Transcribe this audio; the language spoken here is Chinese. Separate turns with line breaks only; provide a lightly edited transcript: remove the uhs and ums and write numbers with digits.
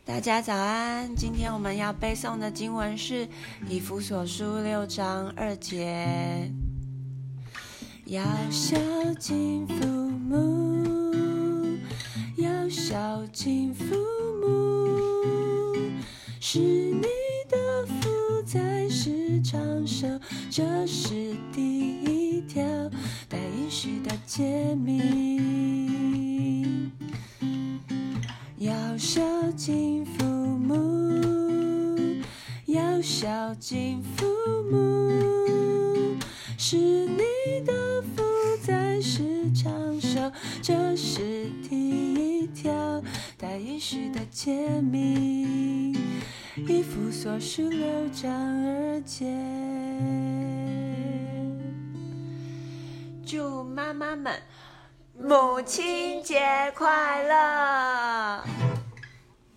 大家早安，今天我们要背诵的经文是以弗所书6章2节。要孝敬父母，要孝敬父母，使你的福在世长寿，这是第一条带应许的诫命。要孝敬父母，要孝敬父母，使你的福在世长寿，这是第一条带应许的诫命。以弗所书6章2节。祝妈妈们母亲节快乐！